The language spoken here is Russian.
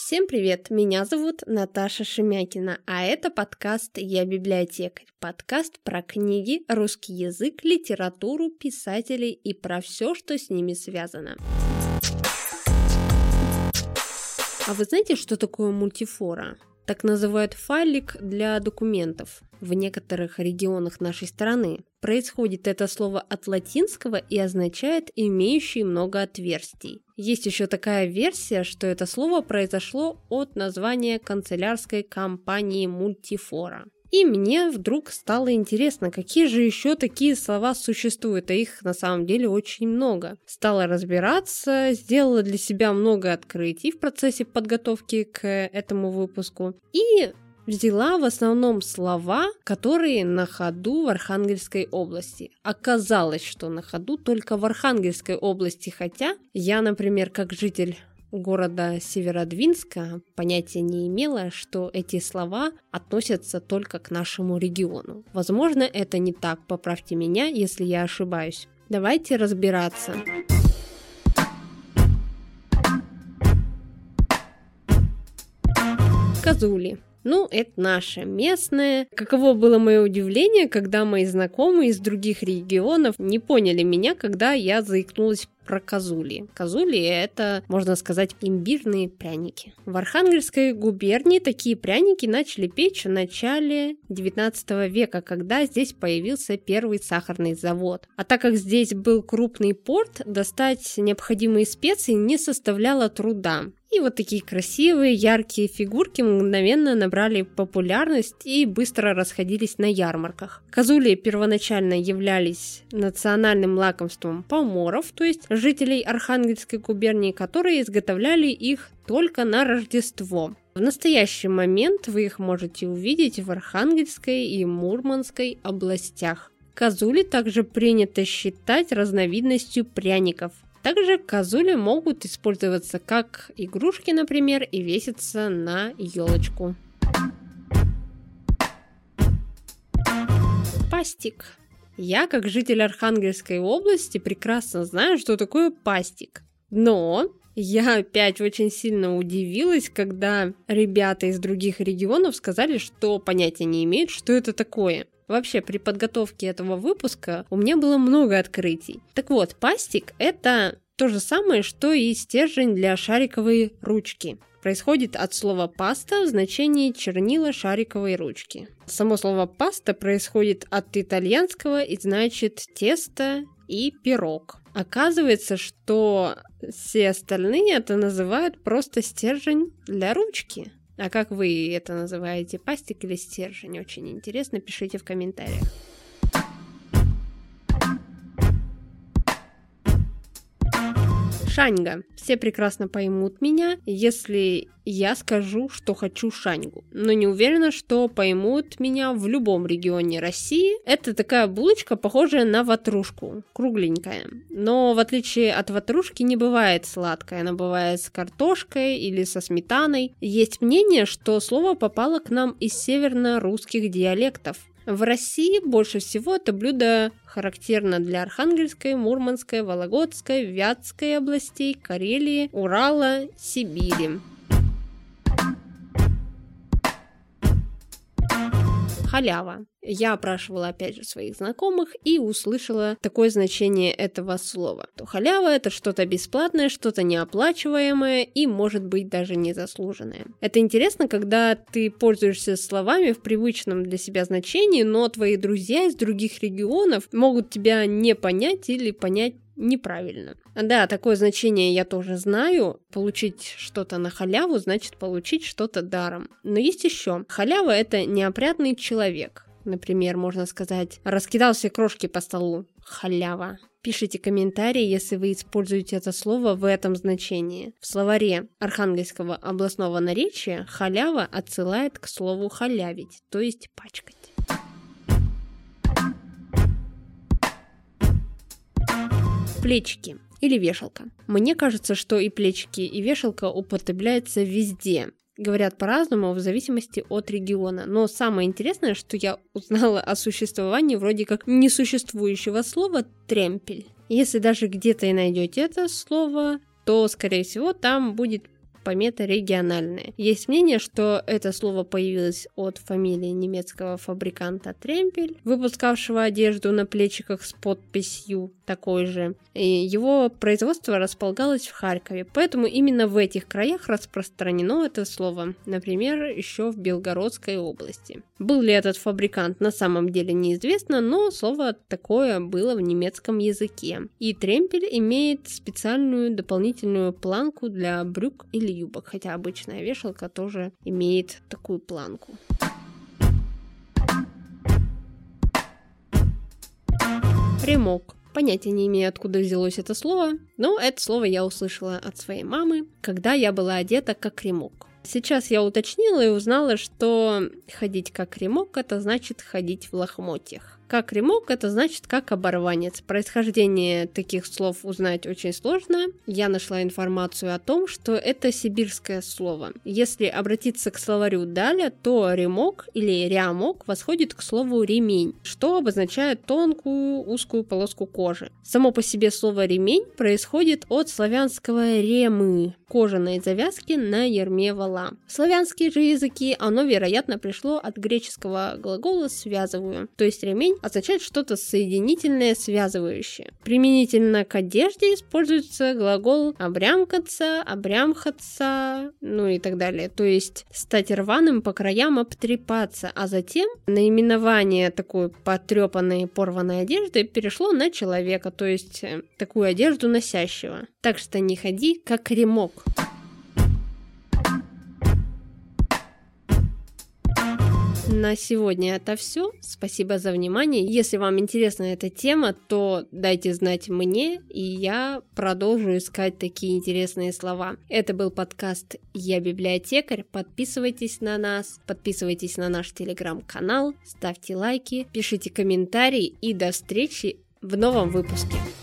Всем привет, меня зовут Наташа Шемякина, а это подкаст «Я библиотекарь». Подкаст про книги, русский язык, литературу, писателей и про все, что с ними связано. А вы знаете, что такое мультифора? Так называют файлик для документов в некоторых регионах нашей страны. Происходит это слово от латинского и означает «имеющий много отверстий». Есть еще такая версия, что это слово произошло от названия канцелярской компании мультифора. И мне вдруг стало интересно, какие же еще такие слова существуют, а их на самом деле очень много. Стала разбираться, сделала для себя много открытий в процессе подготовки к этому выпуску и взяла в основном слова, которые на ходу в Архангельской области. Оказалось, что на ходу только в Архангельской области, хотя я, например, как житель города Северодвинска понятия не имела, что эти слова относятся только к нашему региону. Возможно, это не так, поправьте меня, если я ошибаюсь. Давайте разбираться. Козули. Это наше местное. Каково было мое удивление, когда мои знакомые из других регионов не поняли меня, когда я заикнулась про козули. Козули – это, можно сказать, имбирные пряники. В Архангельской губернии такие пряники начали печь в начале 19 века, когда здесь появился первый сахарный завод. А так как здесь был крупный порт, достать необходимые специи не составляло труда. И вот такие красивые, яркие фигурки мгновенно набрали популярность и быстро расходились на ярмарках. Козули первоначально являлись национальным лакомством поморов, то есть жителей Архангельской губернии, которые изготовляли их только на Рождество. В настоящий момент вы их можете увидеть в Архангельской и Мурманской областях. Козули также принято считать разновидностью пряников. Также козули могут использоваться как игрушки, например, и веситься на елочку. Пастик. Я, как житель Архангельской области, прекрасно знаю, что такое пастик. Но я опять очень сильно удивилась, когда ребята из других регионов сказали, что понятия не имеют, что это такое. Вообще, при подготовке этого выпуска у меня было много открытий. Так вот, пастик – это то же самое, что и стержень для шариковой ручки. Происходит от слова «паста» в значении чернила шариковой ручки. Само слово «паста» происходит от итальянского и значит «тесто» и «пирог». Оказывается, что все остальные это называют просто стержень для ручки. А как вы это называете, пастик или стержень? Очень интересно, пишите в комментариях. Шаньга. Все прекрасно поймут меня, если я скажу, что хочу шаньгу. Но не уверена, что поймут меня в любом регионе России. Это такая булочка, похожая на ватрушку, кругленькая. Но в отличие от ватрушки не бывает сладкой, она бывает с картошкой или со сметаной. Есть мнение, что слово попало к нам из северно-русских диалектов. В России больше всего это блюдо характерно для Архангельской, Мурманской, Вологодской, Вятской областей, Карелии, Урала, Сибири. Халява. Я опрашивала опять же своих знакомых и услышала такое значение этого слова. То халява – это что-то бесплатное, что-то неоплачиваемое и, может быть, даже незаслуженное. Это интересно, когда ты пользуешься словами в привычном для себя значении, но твои друзья из других регионов могут тебя не понять или понять неправильно. Да, такое значение я тоже знаю. Получить что-то на халяву значит получить что-то даром. Но есть еще. Халява – это неопрятный человек. Например, можно сказать, раскидал все крошки по столу. Халява. Пишите комментарии, если вы используете это слово в этом значении. В словаре Архангельского областного наречия халява отсылает к слову халявить, то есть пачкать. Плечики или вешалка. Мне кажется, что и плечики, и вешалка употребляются везде. Говорят по-разному в зависимости от региона. Но самое интересное, что я узнала о существовании вроде как несуществующего слова «тремпель». Если даже где-то и найдете это слово, то, скорее всего, там будет помета региональная. Есть мнение, что это слово появилось от фамилии немецкого фабриканта Тремпель, выпускавшего одежду на плечиках с подписью такой же. И его производство располагалось в Харькове, поэтому именно в этих краях распространено это слово, например, еще в Белгородской области. Был ли этот фабрикант на самом деле неизвестно, но слово такое было в немецком языке. И тремпель имеет специальную дополнительную планку для брюк или юбок, хотя обычная вешалка тоже имеет такую планку. Ремок. Понятия не имею, откуда взялось это слово, но это слово я услышала от своей мамы, когда я была одета как ремок. Сейчас я уточнила и узнала, что ходить как ремок – это значит ходить в лохмотьях. Как ремок – это значит как оборванец. Происхождение таких слов узнать очень сложно. Я нашла информацию о том, что это сибирское слово. Если обратиться к словарю Даля, то ремок или рямок восходит к слову ремень, что обозначает тонкую узкую полоску кожи. Само по себе слово ремень происходит от славянского ремы – кожаной завязки на ярме вола. В славянские же языки оно, вероятно, пришло от греческого глагола «связываю», то есть ремень означает что-то соединительное, связывающее. Применительно к одежде используется глагол «обрямкаться», «обрямхаться», ну и так далее, то есть стать рваным по краям, обтрепаться, а затем наименование такой потрепанной, порванной одежды перешло на человека, то есть такую одежду носящего. Так что не ходи как ремок. На сегодня это все. Спасибо за внимание. Если вам интересна эта тема, то дайте знать мне, и я продолжу искать такие интересные слова. Это был подкаст «Я библиотекарь». Подписывайтесь на нас, подписывайтесь на наш телеграм-канал, ставьте лайки, пишите комментарии и до встречи в новом выпуске.